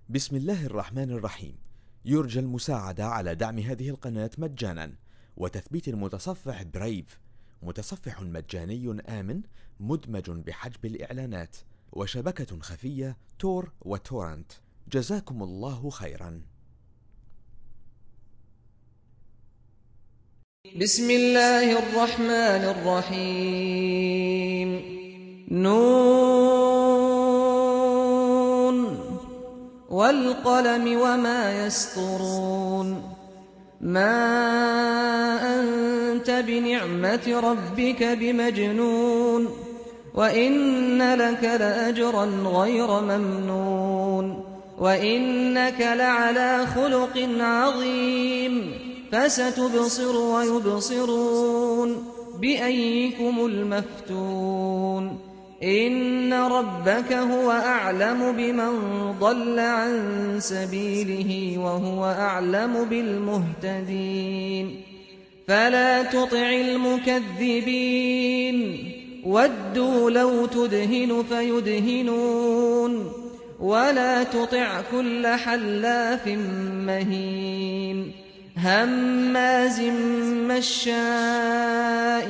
بسم الله الرحمن الرحيم. يرجى المساعدة على دعم هذه القناة مجانا وتثبيت المتصفح برايف، متصفح مجاني آمن مدمج بحجب الإعلانات، وشبكة خفية تور وتورنت. جزاكم الله خيرا. بسم الله الرحمن الرحيم. نون والقلم وما يسطرون. ما أنت بنعمة ربك بمجنون، وإن لك لأجرا غير ممنون، وإنك لعلى خلق عظيم. فستبصر ويبصرون بأيكم المفتون. إن ربك هو أعلم بمن ضل عن سبيله وهو أعلم بالمهتدين. فلا تطع المكذبين، ودوا لو تدهن فيدهنون. ولا تطع كل حلاف مهين، هماز مشاء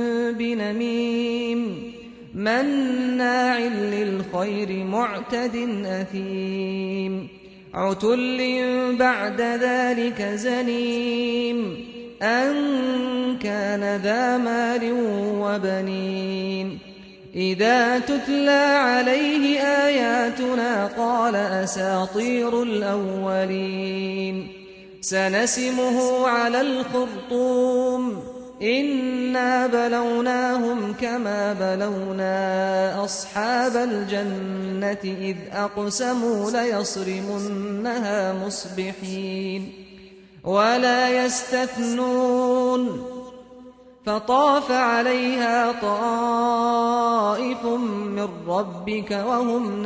بنميم، مناع للخير معتد أثيم، عتل بعد ذلك زنيم، أن كان ذا مال وبنين. إذا تتلى عليه آياتنا قال أساطير الأولين. سنسمه على الخرطوم. إنا بلوناهم كما بلونا أصحاب الجنة إذ أقسموا ليصرمنها مصبحين ولا يستثنون. فطاف عليها طائف من ربك وهم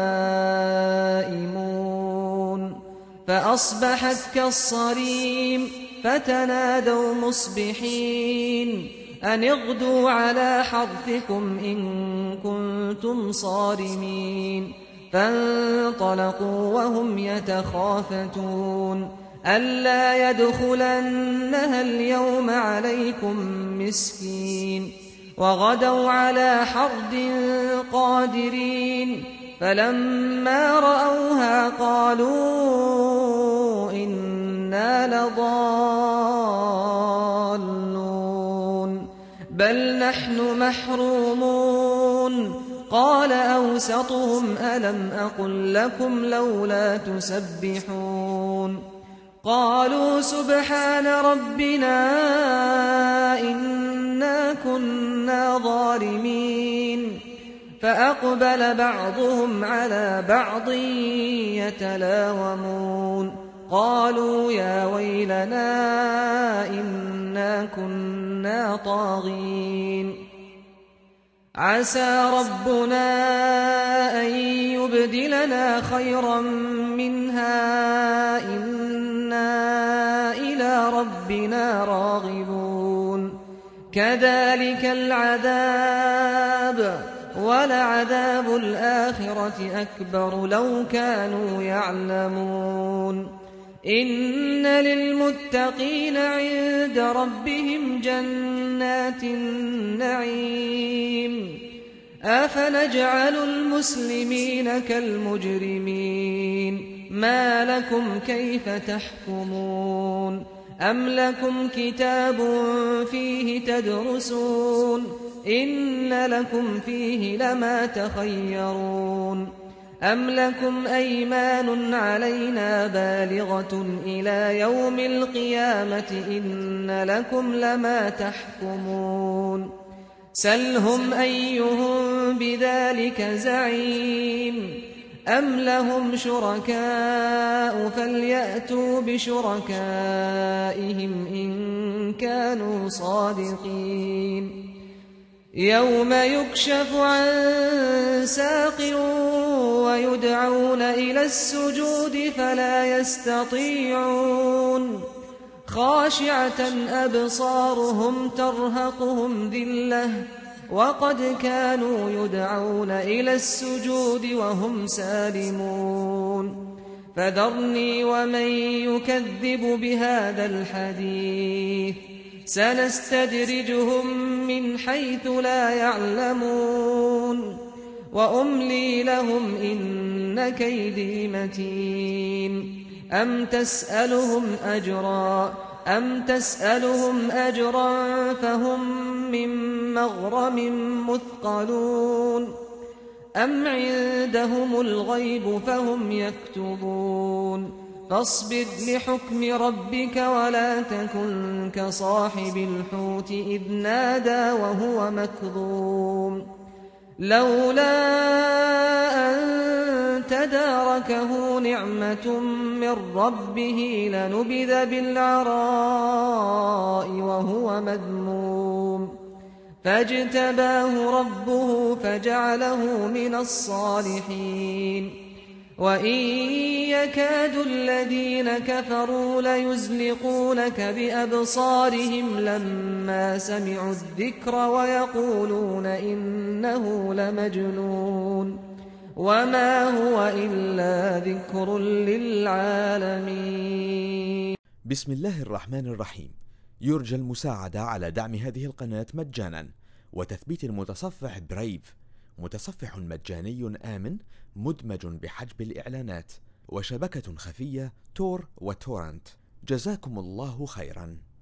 نائمون، فأصبحت كالصريم. فتنادوا مصبحين أن اغدوا على حرثكم إن كنتم صارمين. فانطلقوا وهم يتخافتون ألا يدخلنها اليوم عليكم مسكين. وغدوا على حرد قادرين. فلما رأوها قالوا إنا لضالون بل نحن محرومون. قال أوسطهم ألم أقل لكم لولا تسبحون. قالوا سبحان ربنا إنا كنا ظالمين. فأقبل بعضهم على بعض يتلاومون قالوا يا ويلنا إنا كنا طاغين. عسى ربنا أن يبدلنا خيرا منها إنا إلى ربنا راغبون. كذلك العذاب ولعذاب الآخرة أكبر لو كانوا يعلمون. إن للمتقين عند ربهم جنات النعيم. أفنجعل المسلمين كالمجرمين ما لكم كيف تحكمون. أم لكم كتاب فيه تدرسون إن لكم فيه لما تخيرون. أم لكم أيمان علينا بالغة إلى يوم القيامة إن لكم لما تحكمون. سلهم أيهم بذلك زعيم. أم لهم شركاء فليأتوا بشركائهم إن كانوا صادقين. يوم يكشف عن ساق ويدعون إلى السجود فلا يستطيعون. خاشعة أبصارهم ترهقهم ذلة وقد كانوا يدعون إلى السجود وهم سالمون. فذرني ومن يكذب بهذا الحديث سنستدرجهم من حيث لا يعلمون وأملي لهم إن كيدي متين أم تسألهم أجرا فهم من مغرم مثقلون أم عندهم الغيب فهم يكتبون فاصبر لحكم ربك ولا تكن كصاحب الحوت إذ نادى وهو مكظوم لولا أن تداركه نعمة من ربه لنبذ بالعراء وهو مذموم فاجتباه ربه فجعله من الصالحين وإن يكاد الذين كفروا ليزلقونك بأبصارهم لما سمعوا الذكر ويقولون إنه لمجنون وما هو إلا ذكر للعالمين. بسم الله الرحمن الرحيم. يرجى المساعدة على دعم هذه القناة مجانا وتثبيت المتصفح برايف، متصفح مجاني آمن مدمج بحجب الإعلانات، وشبكة خفية تور وتورنت. جزاكم الله خيرا.